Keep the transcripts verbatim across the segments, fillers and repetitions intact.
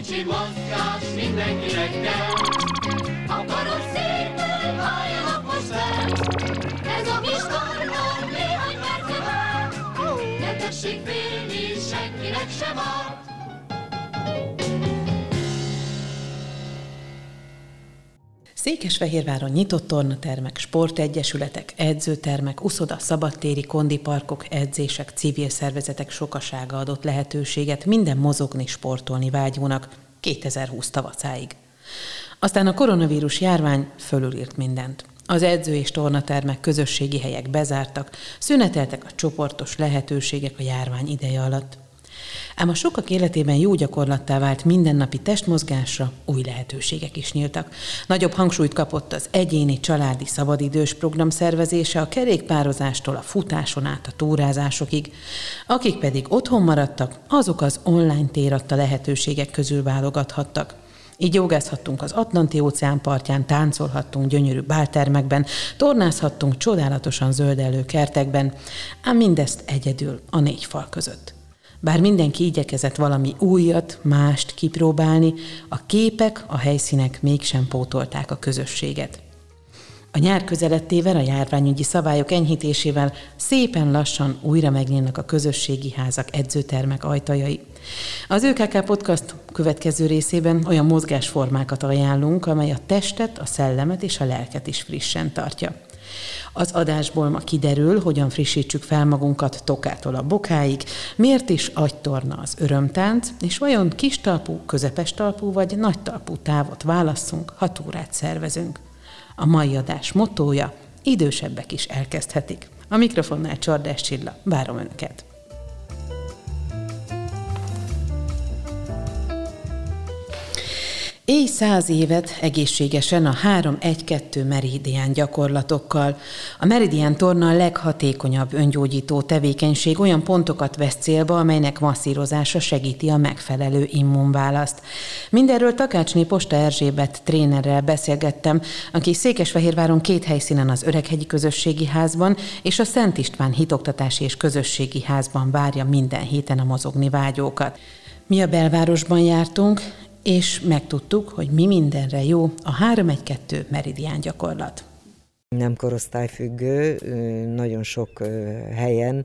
kicsi mozgás mindenkinek kell. A karosszékből halljanak most fel, ez a kis torna néhány perce vár. Ne tessék félni, senkinek sem árt. Székesfehérváron nyitott tornatermek, sportegyesületek, edzőtermek, uszoda, szabadtéri kondiparkok, edzések, civil szervezetek sokasága adott lehetőséget minden mozogni, sportolni vágyónak kétezer-húsz tavacáig. Aztán a koronavírus járvány fölülírt mindent. Az edző- és tornatermek, közösségi helyek bezártak, szüneteltek a csoportos lehetőségek a járvány ideje alatt. Ám a sokak életében jó gyakorlattá vált mindennapi testmozgásra új lehetőségek is nyíltak. Nagyobb hangsúlyt kapott az egyéni, családi, szabadidős program szervezése a kerékpározástól a futáson át a túrázásokig. Akik pedig otthon maradtak, azok az online téradta lehetőségek közül válogathattak. Így jogázhattunk az Atlanti-óceán partján, táncolhattunk gyönyörű báltermekben, tornázhattunk csodálatosan zöldellő kertekben, ám mindezt egyedül a négy fal között. Bár mindenki igyekezett valami újat, mást kipróbálni, a képek, a helyszínek mégsem pótolták a közösséget. A nyár közelettével, a járványügyi szabályok enyhítésével szépen lassan újra megnyílnak a közösségi házak, edzőtermek ajtajai. Az ö ká ká Podcast következő részében olyan mozgásformákat ajánlunk, amely a testet, a szellemet és a lelket is frissen tartja. Az adásból ma kiderül, hogyan frissítsük fel magunkat tokától a bokáig, miért is agytorna az örömtánc, és vajon kistalpú, közepes talpú vagy nagy talpú távot válasszunk, ha túrát szervezünk. A mai adás mottója: idősebbek is elkezdhetik. A mikrofonnál Csordás Csilla, várom Önöket! Élj száz évet egészségesen a három egy kettő meridián gyakorlatokkal. A meridián torna a leghatékonyabb öngyógyító tevékenység, olyan pontokat vesz célba, amelynek masszírozása segíti a megfelelő immunválaszt. Mindenről Takácsné Posta Erzsébet trénerrel beszélgettem, aki Székesfehérváron két helyszínen, az Öreghegyi Közösségi Házban és a Szent István Hitoktatási és Közösségi Házban várja minden héten a mozogni vágyókat. Mi a belvárosban jártunk, és megtudtuk, hogy mi mindenre jó a három egy kettő meridián gyakorlat. Nem korosztályfüggő, nagyon sok helyen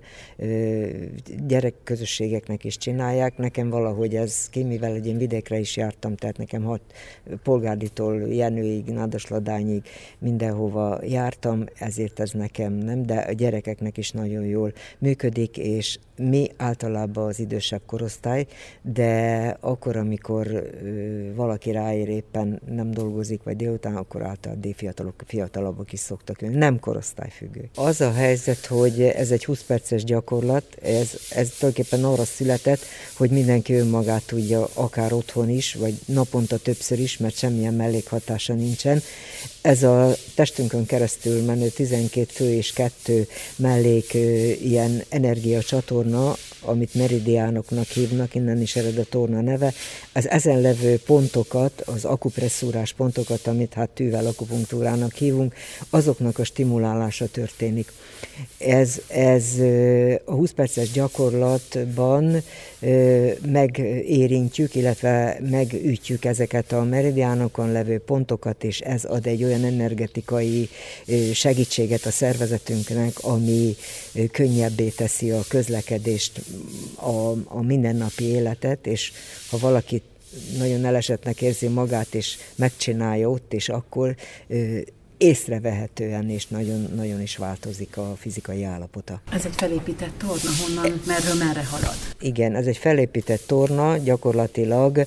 gyerekközösségeknek is csinálják. Nekem valahogy ez ki, mivel egy én vidékre is jártam, tehát nekem hat Polgárditól Jenőig, Nádasladányig mindenhova jártam, ezért ez nekem nem, de a gyerekeknek is nagyon jól működik, és mi általában az idősebb korosztály, de akkor, amikor valaki ráér éppen nem dolgozik, vagy délután, akkor általában fiatalok, fiatalabbak is szoktak jönni, nem korosztályfüggő. Az a helyzet, hogy ez egy húsz perces gyakorlat, ez, ez tulajdonképpen arra született, hogy mindenki önmagát tudja, akár otthon is, vagy naponta többször is, mert semmilyen mellékhatása nincsen. Ez a testünkön keresztül menő tizenkét fő és kettő mellék ilyen energiacsatorna, amit meridiánoknak hívnak, innen is ered a torna neve, az ezen levő pontokat, az akupresszúrás pontokat, amit hát tűvel akupunktúrának hívunk, azoknak a stimulálása történik. Ez, ez a húsz perces gyakorlatban megérintjük, illetve megütjük ezeket a meridiánokon levő pontokat, és ez ad egy olyan energetikai segítséget a szervezetünknek, ami könnyebbé teszi a közlekedést, a, a mindennapi életet, és ha valaki nagyon elesettnek érzi magát, és megcsinálja ott, és akkor észrevehetően és nagyon, nagyon is változik a fizikai állapota. Ez egy felépített torna, honnan, merről merre halad? Igen, ez egy felépített torna, gyakorlatilag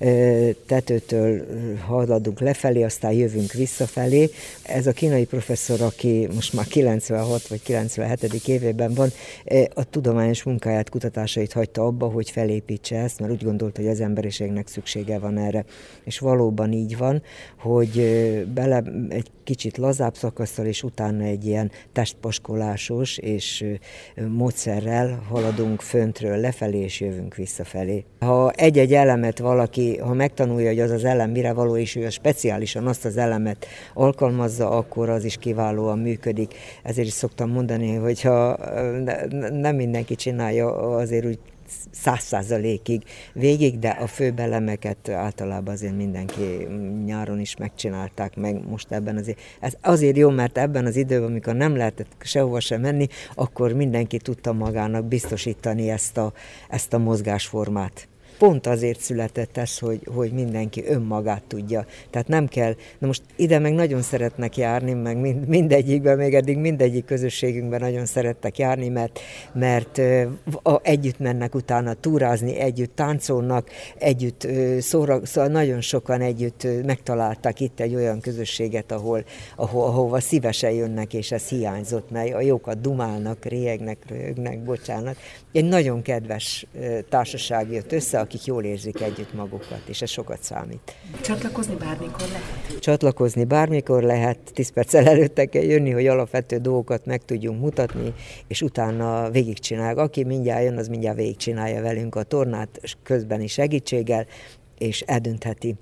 tetőtől haladunk lefelé, aztán jövünk visszafelé. Ez a kínai professzor, aki most már kilencvenhat vagy kilencvenhetedik évében van, a tudományos munkáját, kutatásait hagyta abba, hogy felépítse ezt, mert úgy gondolta, hogy az emberiségnek szüksége van erre. És valóban így van, hogy bele egy kicsit lazább szakasztal, és utána egy ilyen testpaskolásos és módszerrel haladunk föntről lefelé, és jövünk visszafelé. Ha egy-egy elemet valaki, ha megtanulja, hogy az az elem mire való, és ő speciálisan azt az elemet alkalmazza, akkor az is kiválóan működik. Ezért is szoktam mondani, hogy ha nem mindenki csinálja azért úgy száz százalékig végig, de a főbb elemeket általában azért mindenki nyáron is megcsinálták meg most ebben az Ez azért jó, mert ebben az időben, amikor nem lehetett sehova sem menni, akkor mindenki tudta magának biztosítani ezt a, ezt a mozgásformát. Pont azért született ez, hogy, hogy mindenki önmagát tudja. Tehát nem kell, na most ide meg nagyon szeretnek járni, meg mind, mindegyikben, még eddig mindegyik közösségünkben nagyon szerettek járni, mert, mert a, együtt mennek utána túrázni, együtt táncolnak, együtt szóra, szóval nagyon sokan együtt megtaláltak itt egy olyan közösséget, ahol, ahol, ahova szívesen jönnek, és ez hiányzott, mert a jókat dumálnak, réegnek, röhögnek, bocsánat. Egy nagyon kedves társaság jött össze, akik jól érzik együtt magukat, és ez sokat számít. Csatlakozni bármikor lehet? Csatlakozni bármikor lehet, tíz perccel előtte kell jönni, hogy alapvető dolgokat meg tudjunk mutatni, és utána végigcsináljuk. Aki mindjárt jön, az mindjárt végigcsinálja velünk a tornát, közbeni segítséggel, és eldöntheti.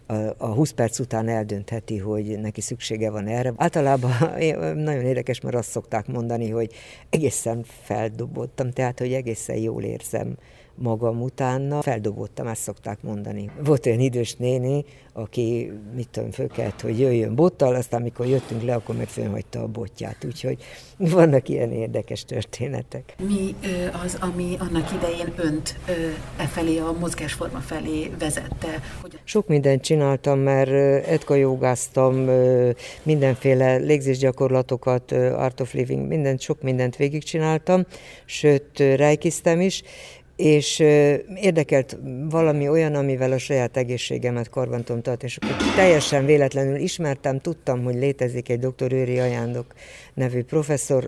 A húsz perc után eldöntheti, hogy neki szüksége van erre. Általában nagyon érdekes, mert azt szokták mondani, hogy egészen feldobottam, tehát, hogy egészen jól érzem magam utána. Feldobottam, ezt szokták mondani. Volt olyan idős néni, aki, mit tudom, fölkelt, hogy jöjjön bottal, aztán amikor jöttünk le, akkor meg fölhagyta a botját. Úgyhogy vannak ilyen érdekes történetek. Mi az, ami annak idején önt e felé, a mozgásforma felé vezette? Hogy... Sok mindent csináltam, mert etkajogáztam, mindenféle légzésgyakorlatokat, Art of Living, mindent, sok mindent végigcsináltam, sőt, reikiztem is, és érdekelt valami olyan, amivel a saját egészségemet karbantom tart, és akkor teljesen véletlenül ismertem, tudtam, hogy létezik egy doktor Őri Ajándok nevű professzor,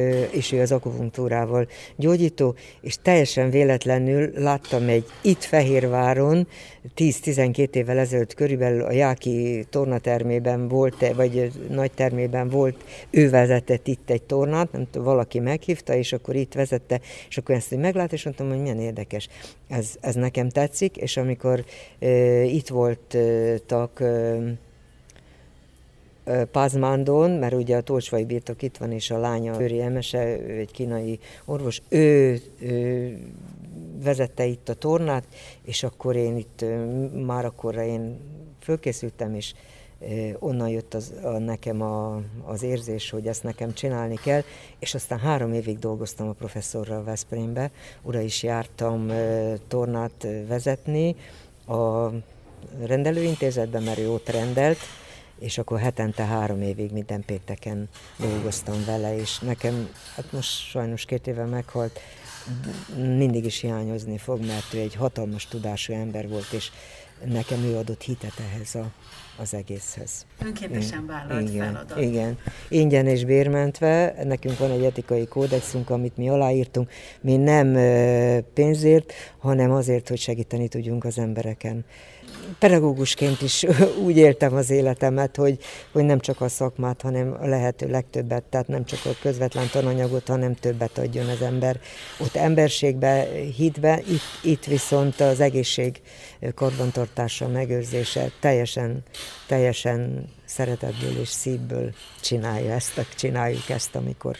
és ő az akupunktúrával gyógyító, és teljesen véletlenül láttam egy itt Fehérváron, tíz-tizenkét évvel ezelőtt körülbelül a Jáki tornatermében volt, vagy nagy termében volt, ő vezetett itt egy tornát, nem tudom, valaki meghívta, és akkor itt vezette, és akkor ezt meglát, és mondtam, hogy milyen érdekes, ez, ez nekem tetszik, és amikor e, itt voltak e, Pázmándon, mert ugye a Tolcsvai birtok itt van, és a lánya Őri Emese, ő egy kínai orvos, ő, ő vezette itt a tornát, és akkor én itt már akkorra én fölkészültem, és onnan jött az, a, nekem a, az érzés, hogy ezt nekem csinálni kell, és aztán három évig dolgoztam a professzorral Veszprémbe, oda is jártam tornát vezetni a rendelőintézetben, mert ő ott rendelt, és akkor hetente három évig minden pénteken dolgoztam vele, és nekem, hát most sajnos két éve meghalt, mindig is hiányozni fog, mert ő egy hatalmas tudású ember volt, és nekem ő adott hitet ehhez a, az egészhez. Önkéntesen vállalt igen, feladat. Igen, ingyen és bérmentve, nekünk van egy etikai kódexünk, amit mi aláírtunk, mi nem pénzért, hanem azért, hogy segíteni tudjunk az embereken. Pedagógusként is úgy éltem az életemet, hogy, hogy nem csak a szakmát, hanem a lehető legtöbbet, tehát nem csak a közvetlen tananyagot, hanem többet adjon az ember. Ott emberségbe, hitbe, itt, itt viszont az egészség karbantartása, megőrzése teljesen, teljesen szeretetből és szívből csinálja ezt, csináljuk ezt, amikor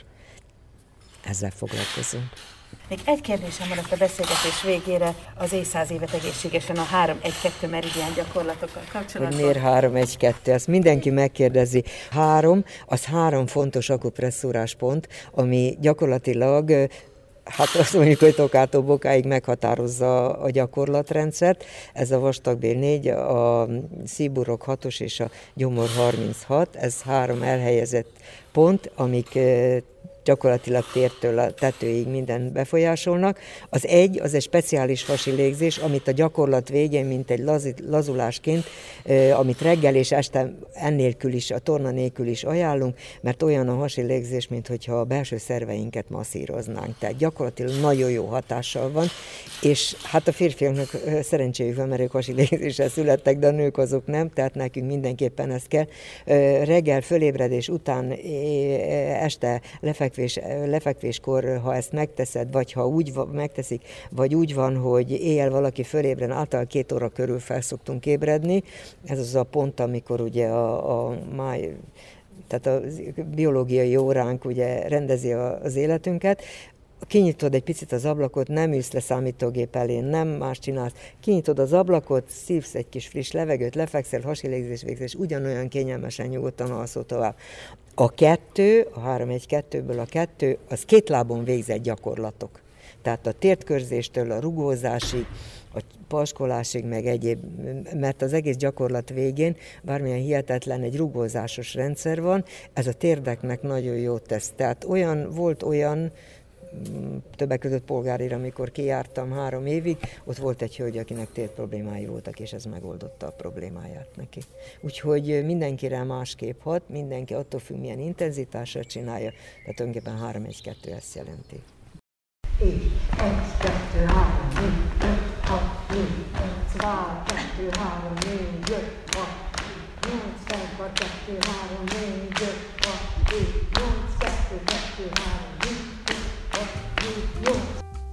ezzel foglalkozunk. Még egy kérdésem maradt a beszélgetés végére az Élj száz évet egészségesen a három egy kettő meridián gyakorlatokkal kapcsolatban. Hogy miért három egy kettő? Ezt mindenki megkérdezi. Három, az három fontos akupresszúrás pont, ami gyakorlatilag, hát azt mondjuk, hogy tokától bokáig meghatározza a gyakorlatrendszert. Ez a vastagbél négy, a szíburok hatos és a gyomor harminchat. Ez három elhelyezett pont, amik gyakorlatilag tértől a tetőig mindent befolyásolnak. Az egy, az egy speciális hasi légzés, amit a gyakorlat végén, mint egy lazit, lazulásként, eh, amit reggel és este ennélkül is, a torna nélkül is ajánlunk, mert olyan a hasi légzés, mint hogyha a belső szerveinket masszíroznánk. Tehát gyakorlatilag nagyon jó hatással van, és hát a férfiaknak szerencséjük van, mert ők hasi légzéssel születtek, de a nők azok nem, tehát nekünk mindenképpen ezt kell. Eh, reggel fölébredés után, eh, este lefekvés lefekvéskor, ha ezt megteszed, vagy ha úgy megteszik, vagy úgy van, hogy éjjel valaki fölébren, általában két óra körül fel szoktunk ébredni. Ez az a pont, amikor ugye a, a máj, tehát a biológiai óránk ugye rendezi az életünket. kinyitod egy picit az ablakot, nem ülsz le számítógép elé, nem más csinálsz, kinyitod az ablakot, szívsz egy kis friss levegőt, lefekszel, hasilégzés végzés, ugyanolyan kényelmesen, nyugodtan alszol tovább. A kettő, a három egy kettőből a kettő, az két lábon végzett gyakorlatok. Tehát a térdkörzéstől a rugózásig, a paskolásig, meg egyéb, mert az egész gyakorlat végén bármilyen hihetetlen egy rugózásos rendszer van, ez a térdeknek nagyon jót tesz. Tehát olyan, volt olyan, többek között polgárira, amikor kijártam három évig, ott volt egy hölgy, akinek térd problémái voltak, és ez megoldotta a problémáját neki. Úgyhogy mindenkire másképp hat, mindenki attól függ, milyen intenzitással csinálja, tehát tulajdonképpen három egy kettő ezt jelenti. egy, kettő, három, négy, öt, hat, négy, kettő, kettő, három, négy, öt, hat, nyolc, kettő, három, négy, öt, hat, nyolc, kettő, kettő, három, négy, öt, hat, nyolc.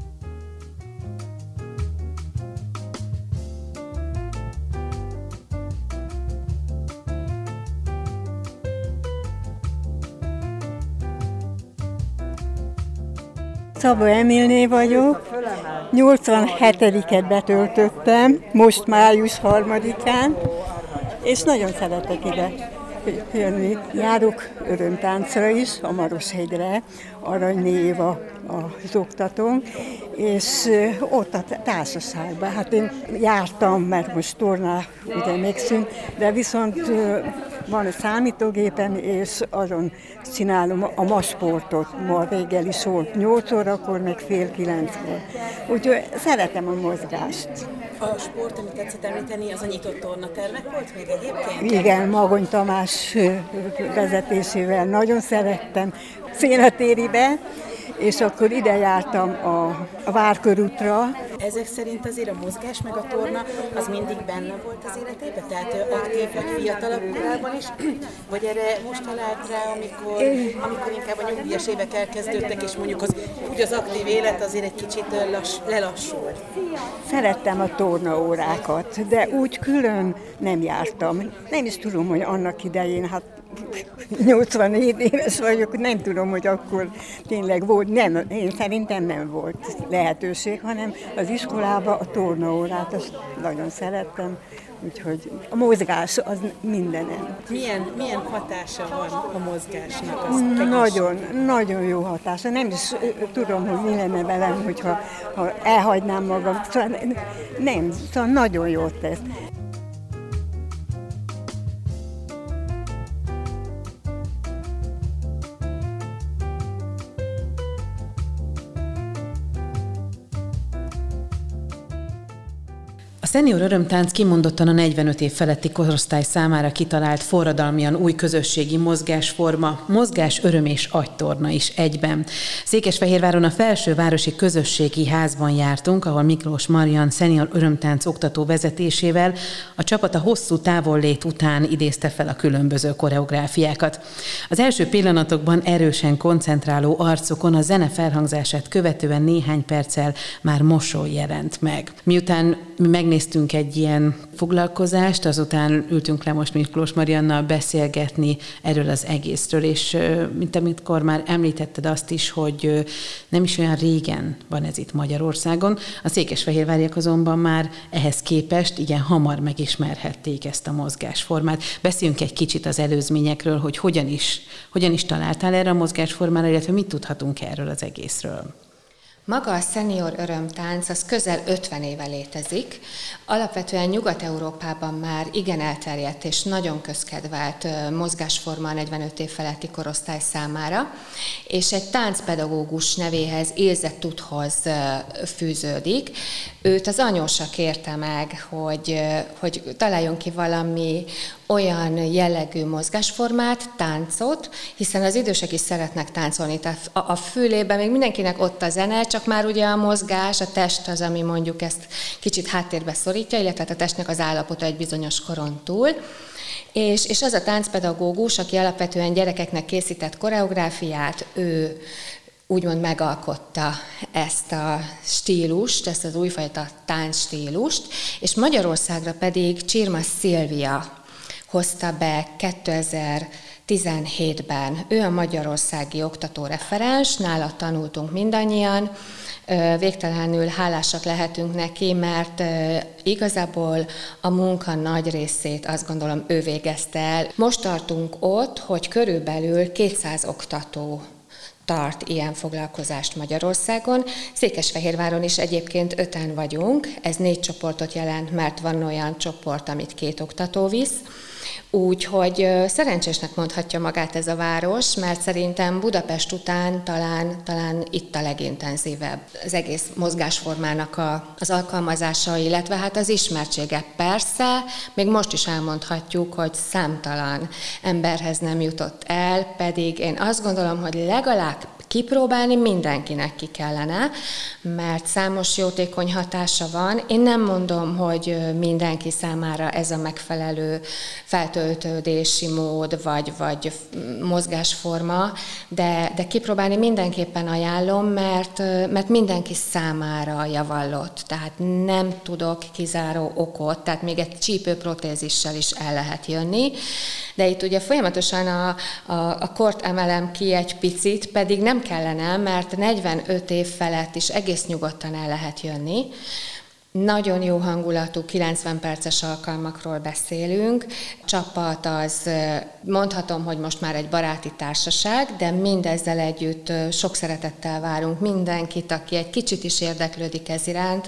Szabó Emilné vagyok, nyolcvanhetediket betöltöttem, most május harmadikán, és nagyon szeretek ide jönni. Járok örömtáncra is, a Maroshegyre, Aranyné Éva az oktatón, és ott a társaságban. Hát én jártam, mert most torna ugye megszűnt, de viszont van a számítógépen, és azon csinálom a masportot. Ma reggel is volt nyolc órakor, meg fél kilenckor. Úgyhogy szeretem a mozgást. A sport, amit tetszett említeni, az a nyitott tornatermek volt még egyébként? Igen, Magony Tamás vezetésével nagyon szerettem. Szénatéribe, és akkor ide jártam a, a Várkörútra. Ezek szerint azért a mozgás meg a torna az mindig benne volt az életében? Tehát aktív vagy fiatalabb korában is? Vagy erre most talált rá, amikor, amikor inkább a nyugdíjas évek elkezdődtek, és mondjuk az, úgy az aktív élet azért egy kicsit lass, lelassult? Szerettem a tornaórákat, de úgy külön nem jártam. Nem is tudom, hogy annak idején, hát nyolcvanhét éves vagyok, nem tudom, hogy akkor tényleg volt, nem, én szerintem nem volt lehetőség, hanem az iskolában a tornaórát, azt nagyon szerettem, úgyhogy a mozgás az mindenem. Milyen, milyen hatása van a mozgásnak? Az nagyon, nagyon jó hatása. Nem is tudom, hogy mi lenne velem, hogyha ha elhagynám magam. Szóval nem, szóval nagyon jót tesz. A Szenior Örömtánc kimondottan a negyvenöt év feletti korosztály számára kitalált forradalmian új közösségi mozgásforma, mozgás, öröm és agytorna is egyben. Székesfehérváron a Felsővárosi Közösségi Házban jártunk, ahol Miklós Marian Szenior Örömtánc oktató vezetésével a csapat a hosszú távollét után idézte fel a különböző koreográfiákat. Az első pillanatokban erősen koncentráló arcokon a zene felhangzását követően néhány perccel már mosoly jelent meg. Miután megnéztünk egy ilyen foglalkozást, azután ültünk le most Miklós Mariannal beszélgetni erről az egészről, és mint amikor már említetted azt is, hogy nem is olyan régen van ez itt Magyarországon, a székesfehérváriak azonban már ehhez képest igen hamar megismerhették ezt a mozgásformát. Beszéljünk egy kicsit az előzményekről, hogy hogyan is, hogyan is találtál erre a mozgásformára, illetve mit tudhatunk erről az egészről. Maga a Szenior Örömtánc az közel ötven éve létezik. Alapvetően Nyugat-Európában már igen elterjedt és nagyon közkedvelt mozgásforma a negyvenöt év feletti korosztály számára, és egy táncpedagógus nevéhez, Ilse Tuthoz fűződik. Őt az anyósa kérte meg, hogy, hogy találjon ki valami olyan jellegű mozgásformát, táncot, hiszen az idősek is szeretnek táncolni, tehát a, a fülében még mindenkinek ott a zene, csak már ugye a mozgás, a test az, ami mondjuk ezt kicsit háttérbe szorítja, illetve a testnek az állapota egy bizonyos koron túl. És, és az a táncpedagógus, aki alapvetően gyerekeknek készített koreográfiát, ő úgymond megalkotta ezt a stílust, ezt az újfajta táncstílust, és Magyarországra pedig Csirma Szilvia hozta be kétezer- tizenhétben. Ő a magyarországi oktatóreferens, nála tanultunk mindannyian, végtelenül hálásak lehetünk neki, mert igazából a munka nagy részét azt gondolom ő végezte el. Most tartunk ott, hogy körülbelül kétszáz oktató tart ilyen foglalkozást Magyarországon. Székesfehérváron is egyébként öten vagyunk, ez négy csoportot jelent, mert van olyan csoport, amit két oktató visz. Úgyhogy szerencsésnek mondhatja magát ez a város, mert szerintem Budapest után talán, talán itt a legintenzívebb az egész mozgásformának a, az alkalmazása, illetve hát az ismertsége. Persze, még most is elmondhatjuk, hogy számtalan emberhez nem jutott el, pedig én azt gondolom, hogy legalább kipróbálni mindenkinek ki kellene, mert számos jótékony hatása van. Én nem mondom, hogy mindenki számára ez a megfelelő feltöltődési mód, vagy, vagy mozgásforma, de, de kipróbálni mindenképpen ajánlom, mert, mert mindenki számára javallott. Tehát nem tudok kizáró okot, tehát még egy csípőprotézissel is el lehet jönni, de itt ugye folyamatosan a, a, a kort emelem ki egy picit, pedig nem kellene, mert negyvenöt év felett is egész nyugodtan el lehet jönni. Nagyon jó hangulatú, kilencven perces alkalmakról beszélünk. Csapat az, mondhatom, hogy most már egy baráti társaság, de mindezzel együtt sok szeretettel várunk mindenkit, aki egy kicsit is érdeklődik ez iránt,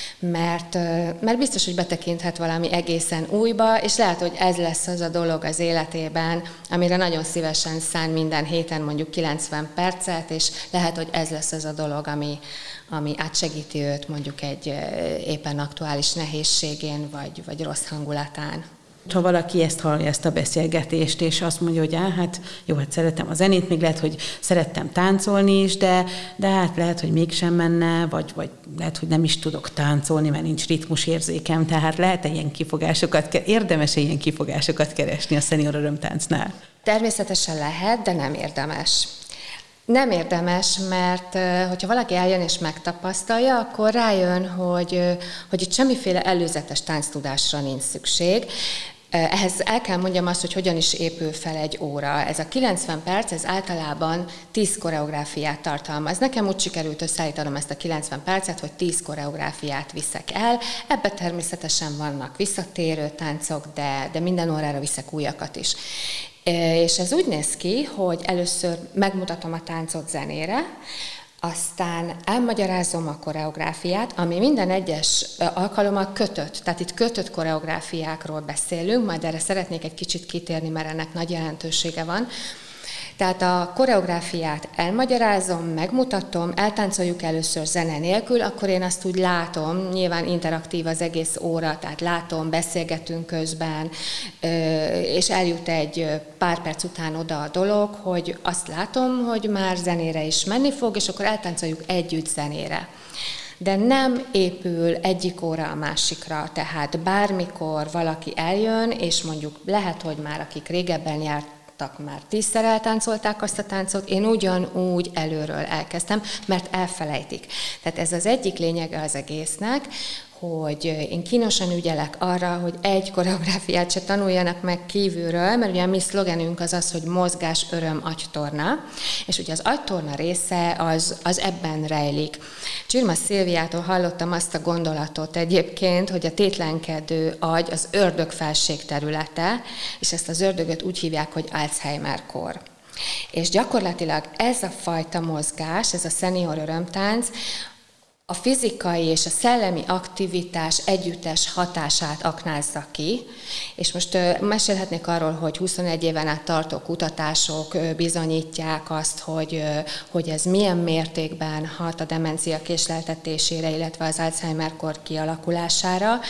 mert, mert biztos, hogy betekinthet valami egészen újba, és lehet, hogy ez lesz az a dolog az életében, amire nagyon szívesen szán minden héten mondjuk kilencven percet, és lehet, hogy ez lesz az a dolog, ami, ami átsegíti őt mondjuk egy éppen aktuális nehézségén, vagy, vagy rossz hangulatán. Ha valaki ezt hallja, ezt a beszélgetést, és azt mondja, hogy á, hát jó, hát szeretem a zenét, még lehet, hogy szerettem táncolni is, de, de hát lehet, hogy mégsem menne, vagy, vagy lehet, hogy nem is tudok táncolni, mert nincs ritmusérzékem, tehát lehet-e ilyen kifogásokat, érdemes-e ilyen kifogásokat keresni a Szenior Örömtáncnál? Természetesen lehet, de nem érdemes. Nem érdemes, mert hogyha valaki eljön és megtapasztalja, akkor rájön, hogy, hogy itt semmiféle előzetes tánctudásra nincs szükség. Ehhez el kell mondjam azt, hogy hogyan is épül fel egy óra. Ez a kilencven perc, ez általában tíz koreográfiát tartalmaz. Nekem úgy sikerült összeállítanom ezt a kilencven percet, hogy tíz koreográfiát viszek el. Ebben természetesen vannak visszatérő táncok, de, de minden órára viszek újakat is. És ez úgy néz ki, hogy először megmutatom a táncot zenére, aztán elmagyarázom a koreográfiát, ami minden egyes alkalommal kötött, tehát itt kötött koreográfiákról beszélünk, majd erre szeretnék egy kicsit kitérni, mert ennek nagy jelentősége van. Tehát a koreográfiát elmagyarázom, megmutatom, eltáncoljuk először zene nélkül, akkor én azt úgy látom, nyilván interaktív az egész óra, tehát látom, beszélgetünk közben, és eljut egy pár perc után oda a dolog, hogy azt látom, hogy már zenére is menni fog, és akkor eltáncoljuk együtt zenére. De nem épül egyik óra a másikra, tehát bármikor valaki eljön, és mondjuk lehet, hogy már akik régebben járt, már tízszer eltáncolták azt a táncot, én ugyanúgy előről elkezdtem, mert elfelejtik. Tehát ez az egyik lényege az egésznek, hogy én kínosan ügyelek arra, hogy egy koreográfiát se tanuljanak meg kívülről, mert ugye a mi szlogenünk az az, hogy mozgás, öröm, agytorna, és ugye az agytorna része az, az ebben rejlik. Csirma Szilviától hallottam azt a gondolatot egyébként, hogy a tétlenkedő agy az ördög felség területe, és ezt az ördögöt úgy hívják, hogy Alzheimer-kor. És gyakorlatilag ez a fajta mozgás, ez a Szenior Örömtánc, a fizikai és a szellemi aktivitás együttes hatását aknázza ki, és most mesélhetnék arról, hogy huszonegy éven át tartó kutatások bizonyítják azt, hogy, hogy ez milyen mértékben hat a demencia késleltetésére, illetve az Alzheimer-kor kialakulására.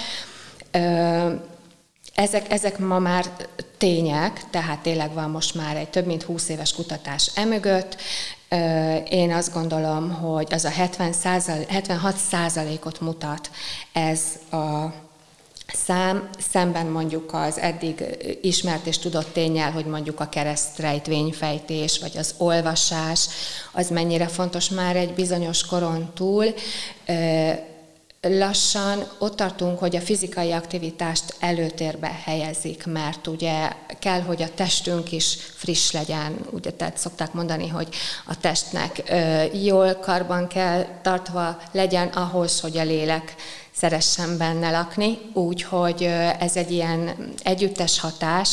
Ezek, ezek ma már tények, tehát tényleg van most már egy több mint húsz éves kutatás emögött. Én azt gondolom, hogy az a hetven százalék, hetvenhat százalékot mutat ez a szám, szemben mondjuk az eddig ismert és tudott ténnyel, hogy mondjuk a keresztrejtvényfejtés, vagy az olvasás, az mennyire fontos már egy bizonyos koron túl. lassan ott tartunk, hogy a fizikai aktivitást előtérbe helyezik, mert ugye kell, hogy a testünk is friss legyen, ugye tehát szokták mondani, hogy a testnek ö, jól karban kell tartva legyen ahhoz, hogy a lélek szeressen benne lakni, úgyhogy ez egy ilyen együttes hatás,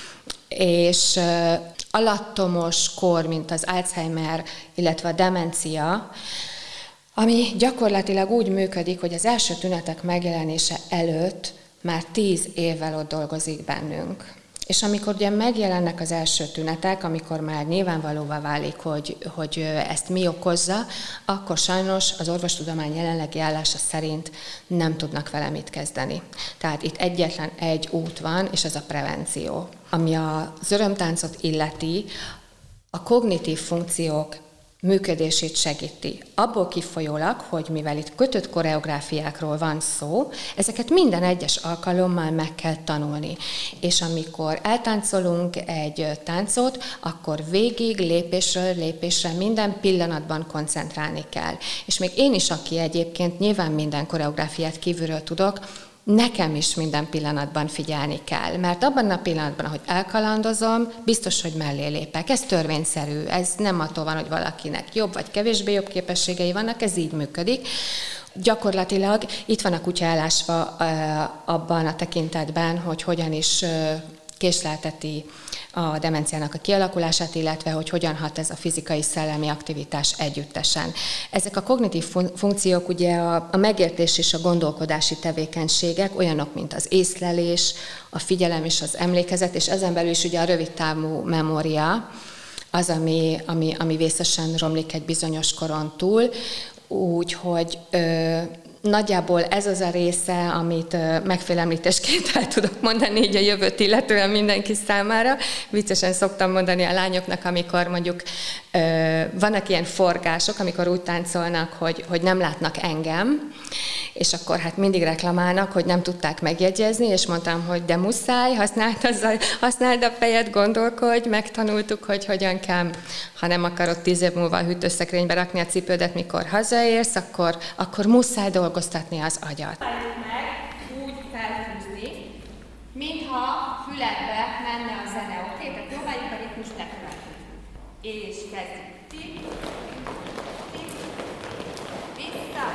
és ö, alattomos kor, mint az Alzheimer, illetve a demencia, ami gyakorlatilag úgy működik, hogy az első tünetek megjelenése előtt már tíz évvel ott dolgozik bennünk. És amikor ugye megjelennek az első tünetek, amikor már nyilvánvalóvá válik, hogy, hogy ezt mi okozza, akkor sajnos az orvostudomány jelenlegi állása szerint nem tudnak vele mit kezdeni. Tehát itt egyetlen egy út van, és ez a prevenció. Ami az örömtáncot illeti, a kognitív funkciók működését segíti. Abból kifolyólag, hogy mivel itt kötött koreográfiákról van szó, ezeket minden egyes alkalommal meg kell tanulni. És amikor eltáncolunk egy táncot, akkor végig, lépésről lépésre, minden pillanatban koncentrálni kell. És még én is, aki egyébként nyilván minden koreográfiát kívülről tudok, nekem is minden pillanatban figyelni kell, mert abban a pillanatban, ahogy elkalandozom, biztos, hogy mellé lépek. Ez törvényszerű, ez nem attól van, hogy valakinek jobb vagy kevésbé jobb képességei vannak, ez így működik. Gyakorlatilag itt van a kutya elásva abban a tekintetben, hogy hogyan is késlelteti a demenciának a kialakulását, illetve hogy hogyan hat ez a fizikai-szellemi aktivitás együttesen. Ezek a kognitív funkciók ugye a, a megértés és a gondolkodási tevékenységek, olyanok, mint az észlelés, a figyelem és az emlékezet, és ezen belül is ugye a rövidtávú memória, az, ami, ami, ami vészesen romlik egy bizonyos koron túl, úgyhogy ö, nagyjából ez az a része, amit megfélemlítésként el tudok mondani így a jövőt illetően mindenki számára. Viccesen szoktam mondani a lányoknak, amikor mondjuk vannak ilyen forgások, amikor úgy táncolnak, hogy, hogy nem látnak engem, és akkor hát mindig reklamálnak, hogy nem tudták megjegyezni, és mondtam, hogy de muszáj, használd, azzal, használd a fejed, gondolkodj, megtanultuk, hogy hogyan kell, ha nem akarod tíz év múlva a hűtőszekrénybe rakni a cipődet, mikor hazaérsz, akkor, akkor muszáj dolgoztatni az agyat. Próbáljuk meg úgy felfűzni, mintha füledbe menne a zene, oké? Tehát próbáljuk a ritmust lekövetni. És kezdjük. Tip, tip, vissza.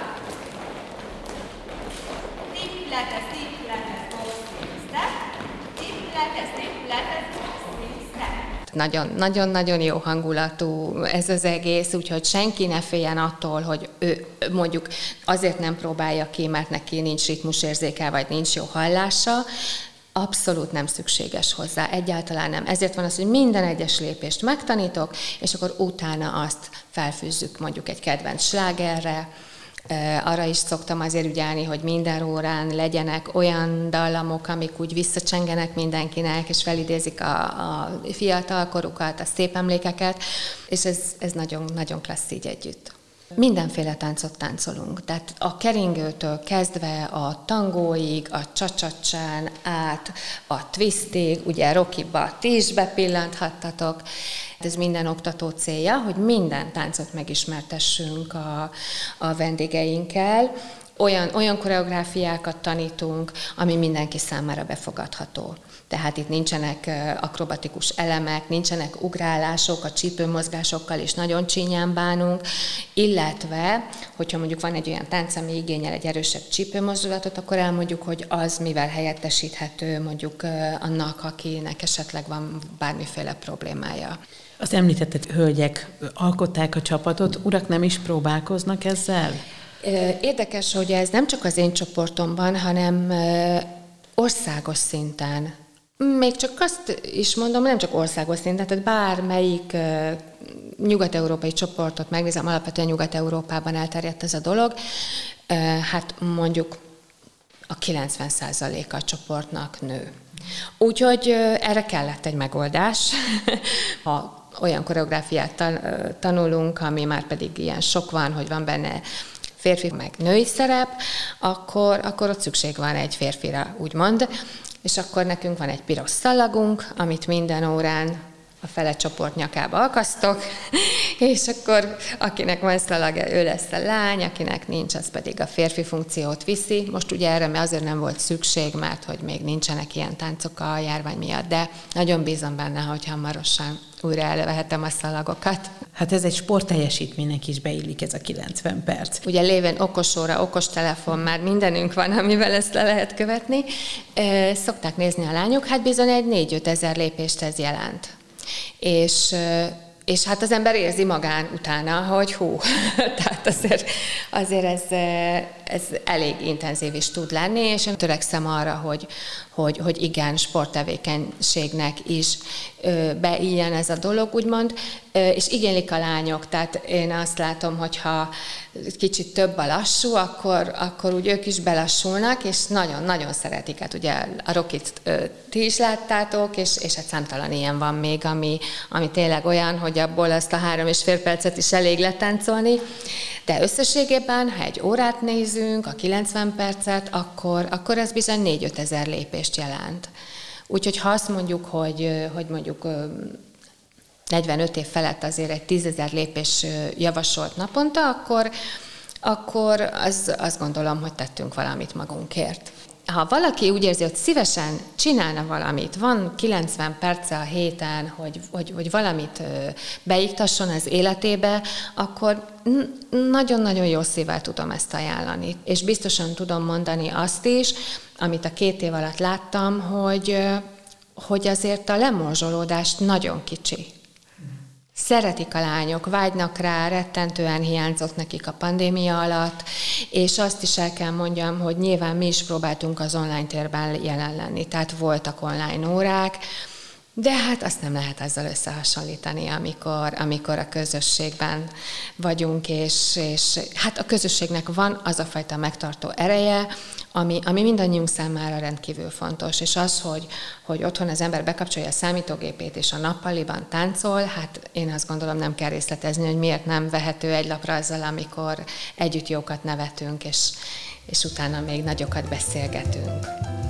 Tipletez, tipletez, boxing step. Tipletez, tipletez, boxing step. Nagyon-nagyon jó hangulatú ez az egész, úgyhogy senki ne féljen attól, hogy ő mondjuk azért nem próbálja ki, mert neki nincs ritmusérzéke, vagy nincs jó hallása. Abszolút nem szükséges hozzá, egyáltalán nem. Ezért van az, hogy minden egyes lépést megtanítok, és akkor utána azt felfűzzük mondjuk egy kedvenc slágerre. Arra is szoktam azért ügyelni, hogy minden órán legyenek olyan dallamok, amik úgy visszacsengenek mindenkinek, és felidézik a, a fiatal korukat, a szép emlékeket, és ez, ez nagyon, nagyon klassz így együtt. Mindenféle táncot táncolunk, tehát a keringőtől kezdve a tangóig, a csa-csa-csán át, a twistig, ugye Rockyba ti is bepillanthattatok. Ez minden oktató célja, hogy minden táncot megismertessünk a, a vendégeinkkel. Olyan, olyan koreográfiákat tanítunk, ami mindenki számára befogadható. Tehát itt nincsenek akrobatikus elemek, nincsenek ugrálások, a csípőmozgásokkal is nagyon csínyán bánunk, illetve, hogyha mondjuk van egy olyan tánc, ami igényel egy erősebb csípőmozdulatot, akkor elmondjuk, hogy az mivel helyettesíthető mondjuk annak, akinek esetleg van bármiféle problémája. Az említett hölgyek alkották a csapatot, urak nem is próbálkoznak ezzel? Érdekes, hogy ez nem csak az én csoportomban, hanem országos szinten. Még csak azt is mondom, nem csak országos szinten, tehát bármelyik nyugat-európai csoportot megnézem, alapvetően Nyugat-Európában elterjedt ez a dolog, hát mondjuk a kilencven százaléka a csoportnak nő. Úgyhogy erre kellett egy megoldás. Ha olyan koreográfiát tanulunk, ami már pedig ilyen sok van, hogy van benne férfi meg női szerep, akkor, akkor ott szükség van egy férfira, úgymond. És akkor nekünk van egy piros szalagunk, amit minden órán a fele csoport nyakába akasztok, és akkor akinek van szalaga, ő lesz a lány, akinek nincs, az pedig a férfi funkciót viszi. Most ugye erre mert azért nem volt szükség, mert hogy még nincsenek ilyen táncok a járvány miatt, de nagyon bízom benne, hogy hamarosan újra elővehetem a szalagokat. Hát ez egy sportteljesítménynek is beillik ez a kilencven perc. Ugye lévén okosóra, okostelefon, már mindenünk van, amivel ezt le lehet követni. Szokták nézni a lányok, hát bizony egy négy-öt ezer lépést ez jelent. És, és hát az ember érzi magán utána, hogy hú, tehát azért, azért ez, ez elég intenzív is tud lenni, és én törekszem arra, hogy, hogy, hogy igen, sporttevékenységnek is beilljen ez a dolog, úgymond, és igénylik a lányok, tehát én azt látom, hogyha kicsit több a lassú, akkor, akkor úgy ők is belassulnak, és nagyon-nagyon szeretik. Hát ugye a Rokit ti is láttátok, és, és hát számtalan ilyen van még, ami, ami tényleg olyan, hogy abból azt a három és fél percet is elég letáncolni, de összességében, ha egy órát nézünk, a kilencven percet, akkor, akkor ez bizony négy-öt ezer lépést jelent. Úgyhogy ha azt mondjuk, hogy, hogy mondjuk negyvenöt év felett azért egy tízezer lépés javasolt naponta, akkor, akkor az, azt gondolom, hogy tettünk valamit magunkért. Ha valaki úgy érzi, hogy szívesen csinálna valamit, van kilencven perce a héten, hogy, hogy, hogy valamit beiktasson az életébe, akkor nagyon-nagyon jó szívvel tudom ezt ajánlani. És biztosan tudom mondani azt is, amit a két év alatt láttam, hogy, hogy azért a lemorzsolódást nagyon kicsi. Szeretik a lányok, vágynak rá, rettentően hiányzott nekik a pandémia alatt, és azt is el kell mondjam, hogy nyilván mi is próbáltunk az online térben jelen lenni, tehát voltak online órák, de hát azt nem lehet ezzel összehasonlítani, amikor, amikor a közösségben vagyunk, és, és hát a közösségnek van az a fajta megtartó ereje, ami, ami mindannyiunk számára rendkívül fontos, és az, hogy, hogy otthon az ember bekapcsolja a számítógépét, és a nappaliban táncol, hát én azt gondolom, nem kell részletezni, hogy miért nem vehető egy lapra azzal, amikor együtt jókat nevetünk, és, és utána még nagyokat beszélgetünk.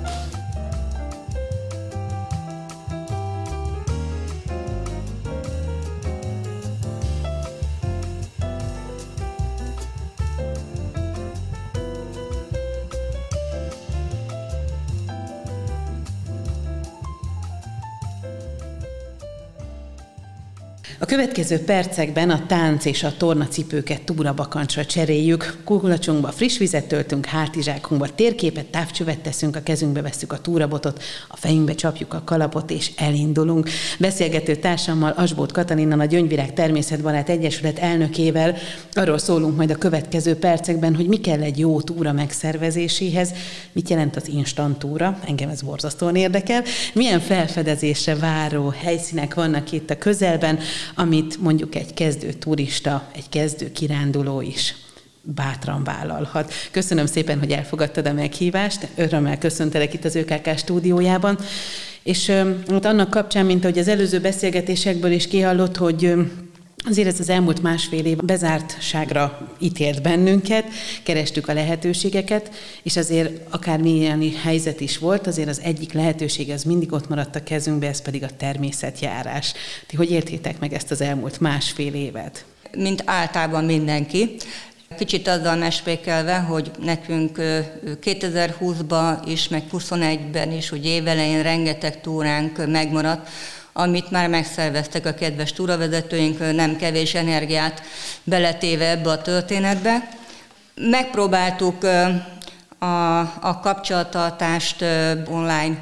A következő percekben a tánc és a tornacipőket túrabakancsra cseréljük. Kulkulacsunkba friss vizet töltünk, hátizsákunkba térképet, távcsövet teszünk, a kezünkbe vesszük a túrabotot, a fejünkbe csapjuk a kalapot és elindulunk. Beszélgető társammal, Asbóth Katalinnal, a Gyöngyvirág Természetbarát Egyesület elnökével arról szólunk majd a következő percekben, hogy mi kell egy jó túra megszervezéséhez, mit jelent az instant túra, engem ez borzasztóan érdekel, milyen felfedezésre váró helyszínek vannak itt a közelben, amit mondjuk egy kezdő turista, egy kezdő kiránduló is bátran vállalhat. Köszönöm szépen, hogy elfogadtad a meghívást, örömmel köszöntelek itt az ö ká ká stúdiójában, és hát annak kapcsán, mint ahogy az előző beszélgetésekből is kihallott, hogy azért ez az elmúlt másfél év bezártságra ítélt bennünket, kerestük a lehetőségeket, és azért akármilyen helyzet is volt, azért az egyik lehetőség az mindig ott maradt a kezünkbe, ez pedig a természetjárás. Ti hogy értétek meg ezt az elmúlt másfél évet? Mint általában mindenki. Kicsit azzal mespekelve, hogy nekünk kétezer-húszban is, meg huszonegyben is, hogy évelején rengeteg túránk megmaradt, amit már megszerveztek a kedves túravezetőink, nem kevés energiát beletéve ebbe a történetbe. Megpróbáltuk a, a kapcsolattartást online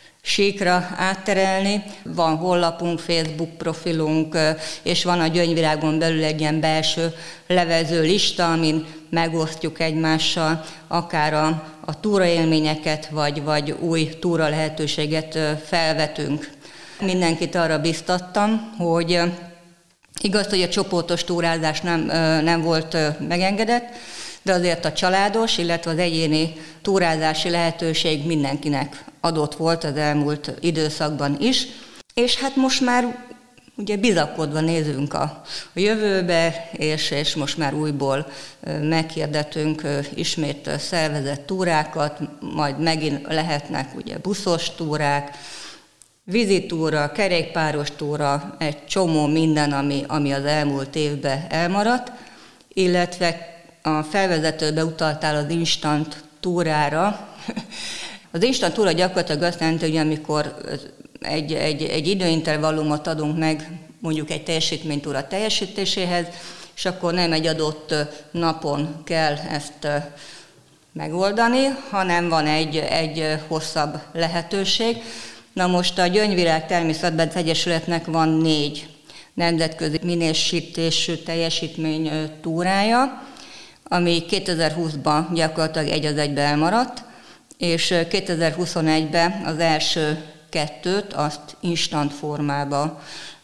síkra átterelni. Van honlapunk, Facebook profilunk, és van a Gyöngyvirágon belül egy ilyen belső levező lista, amin megosztjuk egymással akár a, a túraélményeket, vagy, vagy új túra lehetőséget felvetünk. Mindenkit arra biztattam, hogy igaz, hogy a csoportos túrázás nem, nem volt megengedett, de azért a családos, illetve az egyéni túrázási lehetőség mindenkinek adott volt az elmúlt időszakban is, és hát most már ugye bizakodva nézünk a, a jövőbe, és, és most már újból meghirdetünk ismét szervezett túrákat, majd megint lehetnek ugye buszos túrák, vízitúra, kerékpáros túra, egy csomó minden, ami, ami az elmúlt évben elmaradt, illetve a felvezetőbe utaltál az instant túrára. Az instant túra gyakorlatilag azt jelenti, hogy amikor egy, egy, egy időintervallumot adunk meg mondjuk egy teljesítménytúra teljesítéséhez, és akkor nem egy adott napon kell ezt megoldani, hanem van egy, egy hosszabb lehetőség. Na most a Gyöngyvirág Természetben Egyesületnek van négy nemzetközi minősítésű teljesítmény túrája, ami kétezer-húszban gyakorlatilag egy az egybe elmaradt, és kétezer-huszonegyben az első kettőt azt instant formába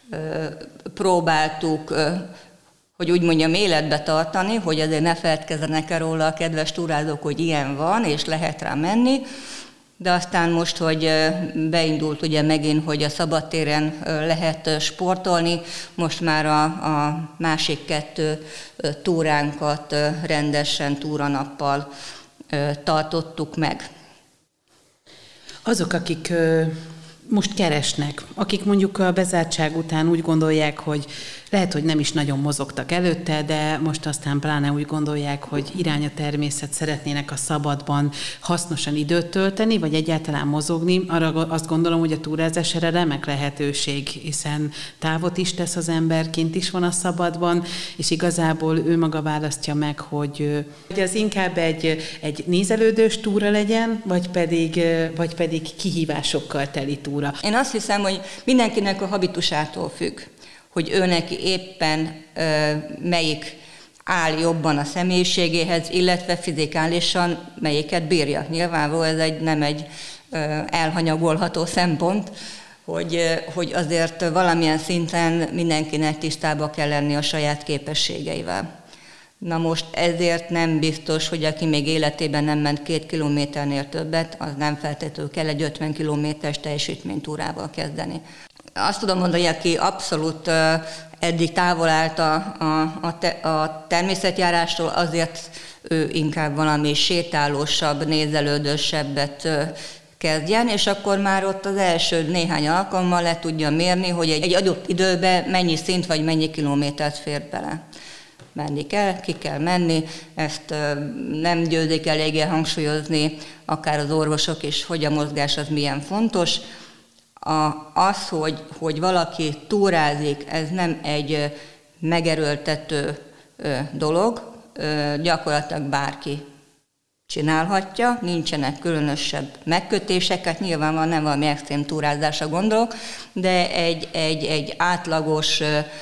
próbáltuk, hogy úgy mondjam, életbe tartani, hogy azért ne feledkezzenek el róla a kedves túrázók, hogy ilyen van, és lehet rá menni. De aztán most, hogy beindult ugye megint, hogy a szabadtéren lehet sportolni, most már a, a másik kettő túránkat rendesen túranappal tartottuk meg. Azok, akik most keresnek, akik mondjuk a bezártság után úgy gondolják, hogy lehet, hogy nem is nagyon mozogtak előtte, de most aztán pláne úgy gondolják, hogy irány a természet, szeretnének a szabadban hasznosan időt tölteni, vagy egyáltalán mozogni. Arra azt gondolom, hogy a túrázás erre remek lehetőség, hiszen távot is tesz az ember, kint is van a szabadban, és igazából ő maga választja meg, hogy, hogy az inkább egy, egy nézelődős túra legyen, vagy pedig, vagy pedig kihívásokkal teli túra. Én azt hiszem, hogy mindenkinek a habitusától függ, hogy ő neki éppen ö, melyik áll jobban a személyiségéhez, illetve fizikálisan melyiket bírja. Nyilvánvaló ez egy, nem egy ö, elhanyagolható szempont, hogy, ö, hogy azért valamilyen szinten mindenkinek tisztába kell lenni a saját képességeivel. Na most ezért nem biztos, hogy aki még életében nem ment két kilométernél többet, az nem feltétlenül kell egy ötven kilométeres teljesítménytúrával kezdeni. Azt tudom mondani, hogy aki abszolút eddig távol állt a, a, a, te, a természetjárástól, azért ő inkább valami sétálósabb, nézelődősebbet kezdjen, és akkor már ott az első néhány alkalommal le tudja mérni, hogy egy, egy adott időben mennyi szint vagy mennyi kilométert fér bele. Menni kell, ki kell menni, ezt nem győzik eléggé hangsúlyozni, akár az orvosok is, hogy a mozgás az milyen fontos. A, az, hogy, hogy valaki túrázik, ez nem egy megerőltető dolog, gyakorlatilag bárki csinálhatja, nincsenek különösebb megkötések, hát nyilvánvalóan nem valami extrém túrázásra gondolok, de egy, egy, egy átlagos,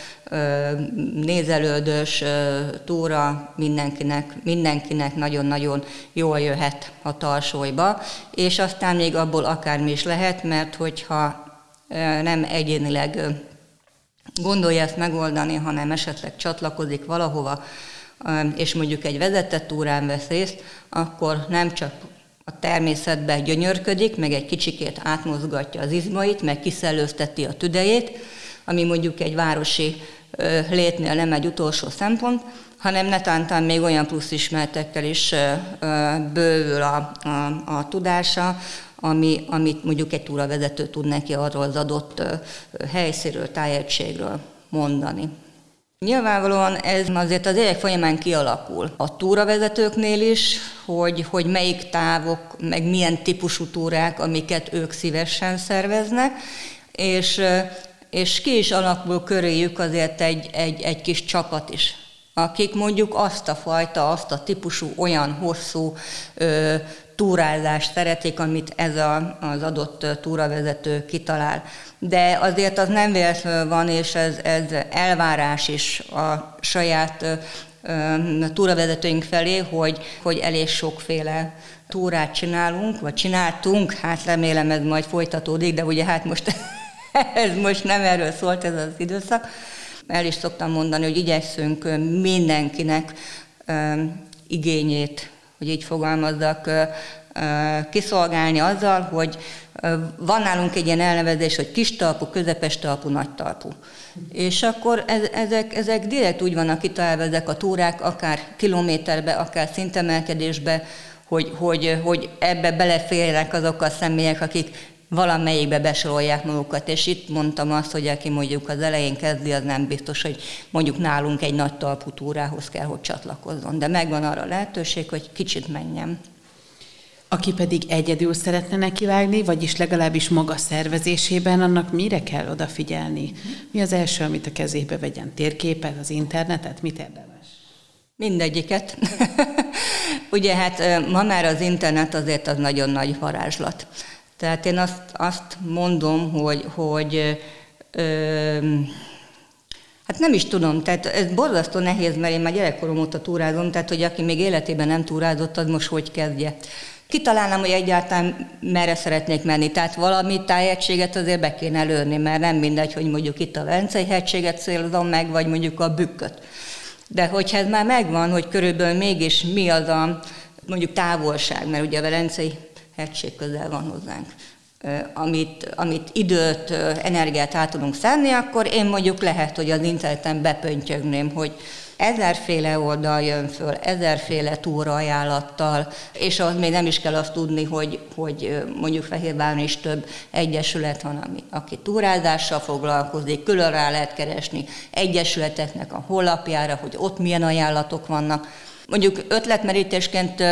nézelődős túra mindenkinek, mindenkinek nagyon-nagyon jól jöhet a Tarsólyba, és aztán még abból akármi is lehet, mert hogyha nem egyénileg gondolja ezt megoldani, hanem esetleg csatlakozik valahova, és mondjuk egy vezetett túrán vesz részt, akkor nem csak a természetben gyönyörködik, meg egy kicsikét átmozgatja az izmait, meg kiszellőzteti a tüdejét, ami mondjuk egy városi létnél nem egy utolsó szempont, hanem netántán még olyan plusz ismeretekkel is bővül a, a, a tudása, ami, amit mondjuk egy túravezető tud neki arról az adott helyszínről, tájegységről mondani. Nyilvánvalóan ez azért az évek folyamán kialakul a túravezetőknél is, hogy, hogy melyik távok, meg milyen típusú túrák, amiket ők szívesen szerveznek, és, és ki is alakul köréjük azért egy, egy, egy kis csapat is, akik mondjuk azt a fajta, azt a típusú olyan hosszú ö, túrázást szeretik, amit ez a, az adott túravezető kitalál. De azért az nem véletlenül van, és ez, ez elvárás is a saját ö, túravezetőink felé, hogy, hogy elég sokféle túrát csinálunk, vagy csináltunk, hát remélem ez majd folytatódik, de ugye hát most ez most nem erről szólt ez az időszak. El is szoktam mondani, hogy igyekszünk mindenkinek ö, igényét, hogy így fogalmazzak, ö, ö, kiszolgálni azzal, hogy ö, van nálunk egy ilyen elnevezés, hogy kis talpú, közepes talpú, nagy talpú. És akkor ez, ezek, ezek direkt úgy vannak kitalálva ezek a túrák, akár kilométerbe, akár szintemelkedésbe, hogy, hogy, hogy ebbe beleférjenek azok a személyek, akik valamelyikbe besorolják magukat, és itt mondtam azt, hogy aki mondjuk az elején kezdi, az nem biztos, hogy mondjuk nálunk egy nagy talpú túrához kell, hogy csatlakozzon, de megvan arra a lehetőség, hogy kicsit menjem. Aki pedig egyedül szeretne nekivágni, vagyis legalábbis maga szervezésében, annak mire kell odafigyelni? Mi az első, amit a kezébe vegyen? Térképet, az internetet? Mit érdemes? Mindegyiket. Ugye hát ma már az internet azért az nagyon nagy varázslat. Tehát én azt, azt mondom, hogy, hogy ö, hát nem is tudom, tehát ez borzasztó nehéz, mert én már gyerekkorom óta túrázom, tehát hogy aki még életében nem túrázott, az most hogy kezdje. Kitalálnám, hogy egyáltalán merre szeretnék menni, tehát valami tájegységet azért be kéne lőni, mert nem mindegy, hogy mondjuk itt a Velencei hegységet célzom meg, vagy mondjuk a Bükköt. De hogyha ez már megvan, hogy körülbelül mégis mi az a mondjuk távolság, mert ugye a Velencei hegység közel van hozzánk, amit, amit időt, energiát át tudunk szánni, akkor én mondjuk lehet, hogy az interneten bepöntjögném, hogy ezerféle oldal jön föl, ezerféle túraajánlattal, és az még nem is kell azt tudni, hogy, hogy mondjuk Fehérváron is több egyesület van, ami, aki túrázással foglalkozik, külön rá lehet keresni egyesületeknek a honlapjára, hogy ott milyen ajánlatok vannak. Mondjuk ötletmerítésként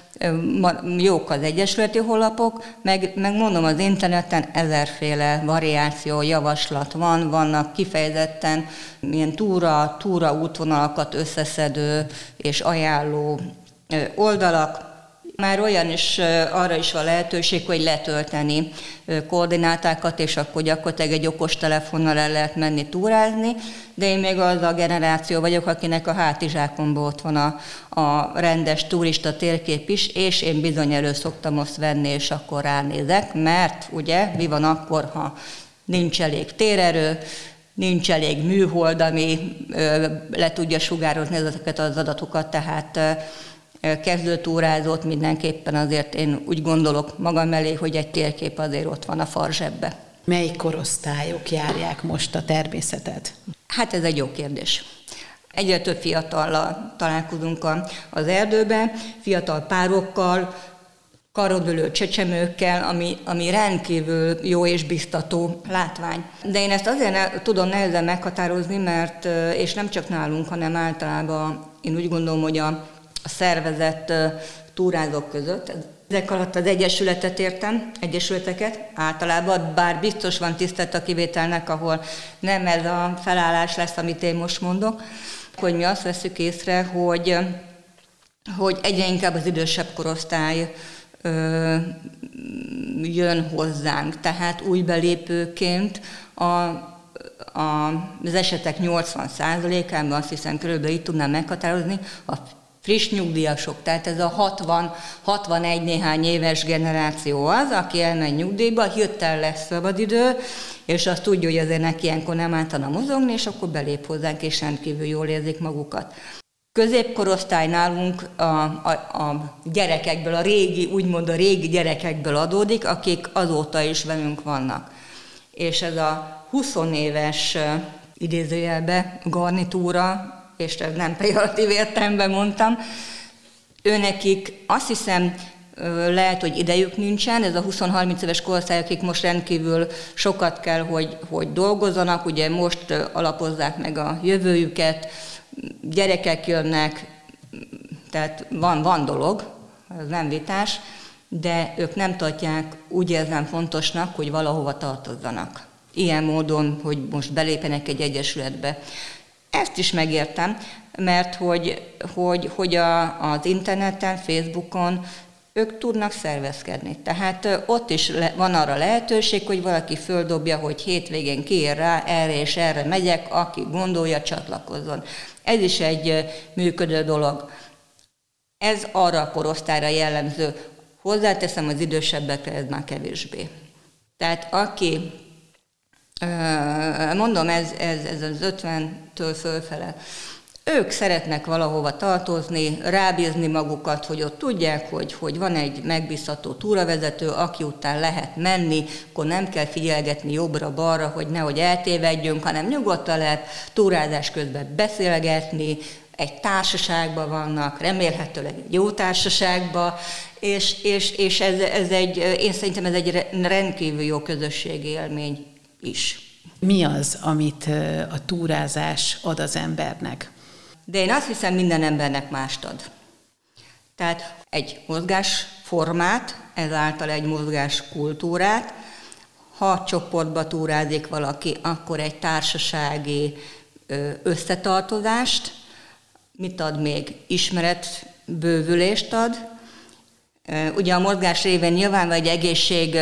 jók az egyesületi honlapok, meg, meg mondom, az interneten ezerféle variáció, javaslat van, vannak kifejezetten milyen túra, túra útvonalakat összeszedő és ajánló oldalak. Már olyan is, arra is van lehetőség, hogy letölteni koordinátákat, és akkor gyakorlatilag egy okostelefonnal el lehet menni túrázni, de én még az a generáció vagyok, akinek a hátizsákomban ott van a, a rendes turista térkép is, és én bizony elő szoktam azt venni, és akkor ránézek, mert ugye mi van akkor, ha nincs elég térerő, nincs elég műhold, ami ö, le tudja sugározni ezeket az adatokat, tehát ö, kezdőtúrázót mindenképpen azért én úgy gondolok magam elé, hogy egy térkép azért ott van a farzsebbe. Mely korosztályok járják most a természetet? Hát ez egy jó kérdés. Egyre több fiatallal találkozunk az erdőben, fiatal párokkal, karodölő csecsemőkkel, ami, ami rendkívül jó és biztató látvány. De én ezt azért ne, tudom nehezen meghatározni, mert, és nem csak nálunk, hanem általában én úgy gondolom, hogy a a szervezett túrázók között. Ezek alatt az egyesületet értem, egyesületeket általában, bár biztos van tisztelt a kivételnek, ahol nem ez a felállás lesz, amit én most mondok, hogy mi azt veszük észre, hogy, hogy egyre inkább az idősebb korosztály ö, jön hozzánk, tehát új belépőként a A, az esetek nyolcvan százalékában, azt hiszem körülbelül így tudnám meghatározni, a friss nyugdíjasok, tehát ez a hatvan hatvanegy néhány éves generáció az, aki elmegy nyugdíjba, hirtelen lesz szabadidő, és azt tudja, hogy azért neki ilyenkor nem ártana mozogni, és akkor belép hozzánk, és rendkívül jól érzik magukat. Középkorosztály nálunk a, a, a gyerekekből, a régi, úgymond a régi gyerekekből adódik, akik azóta is velünk vannak. És ez a húsz éves idézőjelbe garnitúra, és ez nem pejoratív értelemben mondtam, őnekik azt hiszem lehet, hogy idejük nincsen, ez a húsz-harminc éves korosztály, akik most rendkívül sokat kell, hogy, hogy dolgozzanak, ugye most alapozzák meg a jövőjüket, gyerekek jönnek, tehát van, van dolog, ez nem vitás, de ők nem tartják, úgy érzem fontosnak, hogy valahova tartozzanak. Ilyen módon, hogy most belépjenek egy egyesületbe. Ezt is megértem, mert hogy, hogy, hogy a, az interneten, Facebookon ők tudnak szervezkedni. Tehát ott is le, van arra lehetőség, hogy valaki földobja, hogy hétvégén kiír rá, erre és erre megyek, aki gondolja, csatlakozzon. Ez is egy működő dolog. Ez arra a korosztályra jellemző. Hozzáteszem, az idősebbekre ez már kevésbé. Tehát aki, mondom, ez, ez, ez az ötventől fölfele, ők szeretnek valahova tartozni, rábízni magukat, hogy ott tudják, hogy, hogy van egy megbízható túravezető, aki után lehet menni, akkor nem kell figyelgetni jobbra-balra, hogy nehogy eltévedjünk, hanem nyugodtan lehet túrázás közben beszélgetni, egy társaságban vannak, remélhetőleg egy jó társaságban, és, és, és ez, ez egy, én szerintem ez egy rendkívül jó közösségi élmény is. Mi az, amit a túrázás ad az embernek? De én azt hiszem, minden embernek mást ad. Tehát egy mozgásformát, ezáltal egy mozgáskultúrát. Ha csoportba túrázik valaki, akkor egy társasági összetartozást. Mit ad még? Ismeretbővülést ad. Ugye a mozgás révén nyilván vagy egészség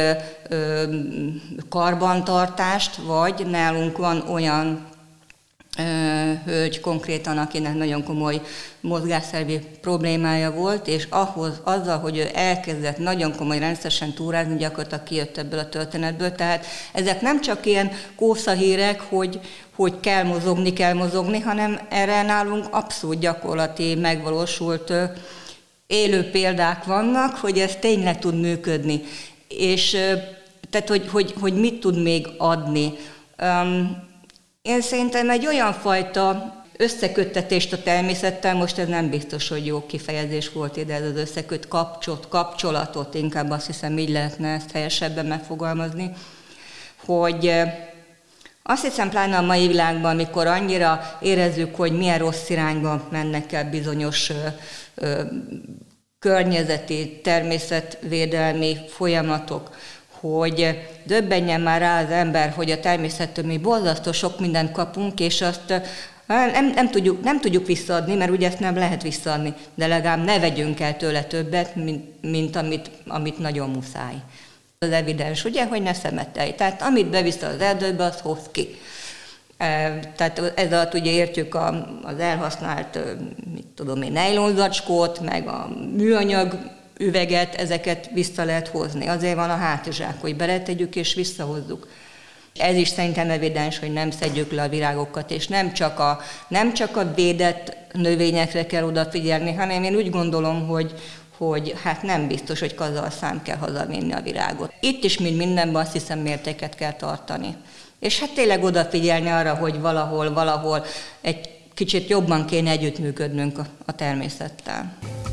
karbantartást, vagy nálunk van olyan hölgy konkrétan, akinek nagyon komoly mozgásszervi problémája volt, és ahhoz, azzal, hogy ő elkezdett nagyon komoly rendszeresen túrázni, gyakorlatilag kijött ebből a történetből. Tehát ezek nem csak ilyen kószahírek, hogy, hogy kell mozogni, kell mozogni, hanem erre nálunk abszolút gyakorlati, megvalósult élő példák vannak, hogy ez tényleg tud működni. És tehát, hogy, hogy, hogy mit tud még adni. Um, Én szerintem egy olyan fajta összeköttetést a természettel, most ez nem biztos, hogy jó kifejezés volt ide, ez az összeköt kapcsot, kapcsolatot, inkább azt hiszem, így lehetne ezt helyesebben megfogalmazni, hogy azt hiszem, pláne a mai világban, amikor annyira érezzük, hogy milyen rossz irányba mennek el bizonyos ö, ö, környezeti, természetvédelmi folyamatok, hogy döbbenjen már rá az ember, hogy a természettől mi borzasztó sok mindent kapunk, és azt nem, nem, tudjuk, nem tudjuk visszaadni, mert ugye ezt nem lehet visszaadni, de legalább ne vegyünk el tőle többet, mint, mint amit, amit nagyon muszáj. Az evidens, ugye, hogy ne szemetelj. Tehát amit bevisz az erdőbe, azt hoz ki. Tehát ez alatt ugye értjük az elhasznált, mit tudom én, nejlonzacskót, meg a műanyag üveget, ezeket vissza lehet hozni. Azért van a hátizsák, hogy beletegyük és visszahozzuk. Ez is szerintem evidens, hogy nem szedjük le a virágokat, és nem csak a, nem csak a védett növényekre kell odafigyelni, hanem én úgy gondolom, hogy, hogy hát nem biztos, hogy kazalszám kell hazavinni a virágot. Itt is, mint mindenben, azt hiszem, mértéket kell tartani. És hát tényleg odafigyelni arra, hogy valahol, valahol egy kicsit jobban kéne együttműködnünk a, a természettel.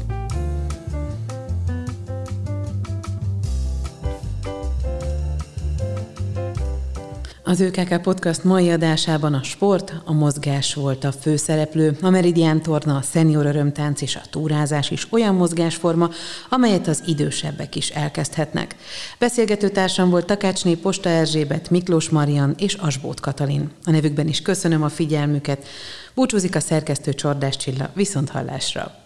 Az ÖKK Podcast mai adásában a sport, a mozgás volt a főszereplő. A Meridián torna, a szenior örömtánc és a túrázás is olyan mozgásforma, amelyet az idősebbek is elkezdhetnek. Beszélgető társam volt Takácsné Posta Erzsébet, Miklós Marian és Asbóth Katalin. A nevükben is köszönöm a figyelmüket. Búcsúzik a szerkesztő Csordás Csilla, viszonthallásra!